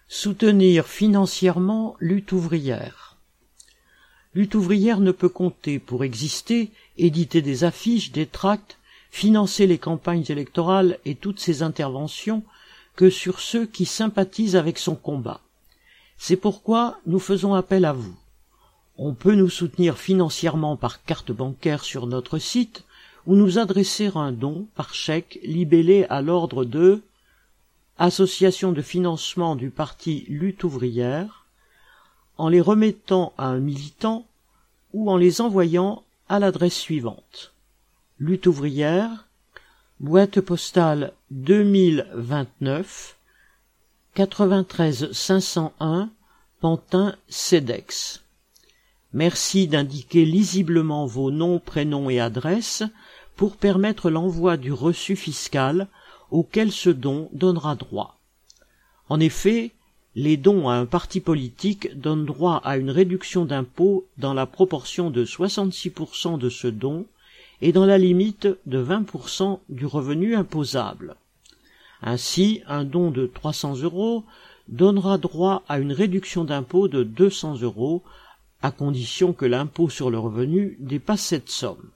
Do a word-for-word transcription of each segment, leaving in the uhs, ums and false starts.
Soutenir financièrement Lutte ouvrière. Lutte ouvrière ne peut compter pour exister, éditer des affiches, des tracts, financer les campagnes électorales et toutes ses interventions que sur ceux qui sympathisent avec son combat. C'est pourquoi nous faisons appel à vous. On peut nous soutenir financièrement par carte bancaire sur notre site ou nous adresser un don par chèque libellé à l'ordre de Association de financement du parti Lutte ouvrière, en les remettant à un militant ou en les envoyant à l'adresse suivante. Lutte ouvrière, boîte postale deux mille vingt-neuf, quatre-vingt-treize cinq cent un, Pantin, Cedex. Merci d'indiquer lisiblement vos noms, prénoms et adresses pour permettre l'envoi du reçu fiscal auquel ce don donnera droit. En effet, les dons à un parti politique donnent droit à une réduction d'impôt dans la proportion de soixante-six pour cent de ce don et dans la limite de vingt pour cent du revenu imposable. Ainsi, un don de trois cents euros donnera droit à une réduction d'impôt de deux cents euros, à condition que l'impôt sur le revenu dépasse cette somme.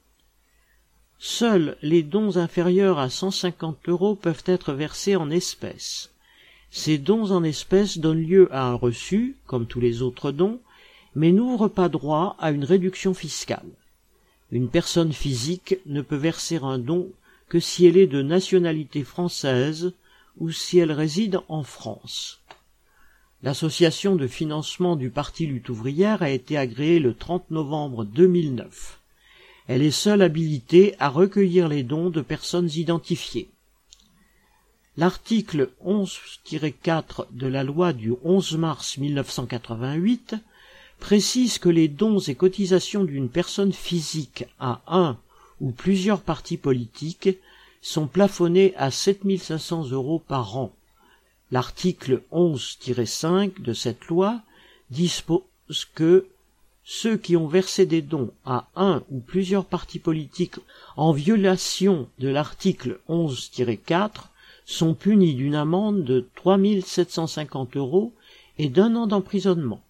Seuls les dons inférieurs à cent cinquante euros peuvent être versés en espèces. Ces dons en espèces donnent lieu à un reçu, comme tous les autres dons, mais n'ouvrent pas droit à une réduction fiscale. Une personne physique ne peut verser un don que si elle est de nationalité française ou si elle réside en France. L'association de financement du parti Lutte ouvrière a été agréée le trente novembre deux mille neuf. Elle est seule habilitée à recueillir les dons de personnes identifiées. L'article onze tiret quatre de la loi du onze mars mille neuf cent quatre-vingt-huit précise que les dons et cotisations d'une personne physique à un ou plusieurs partis politiques sont plafonnés à sept mille cinq cents euros par an. L'article onze tiret cinq de cette loi dispose que ceux qui ont versé des dons à un ou plusieurs partis politiques en violation de l'article onze tiret quatre sont punis d'une amende de trois mille sept cent cinquante euros et d'un an d'emprisonnement.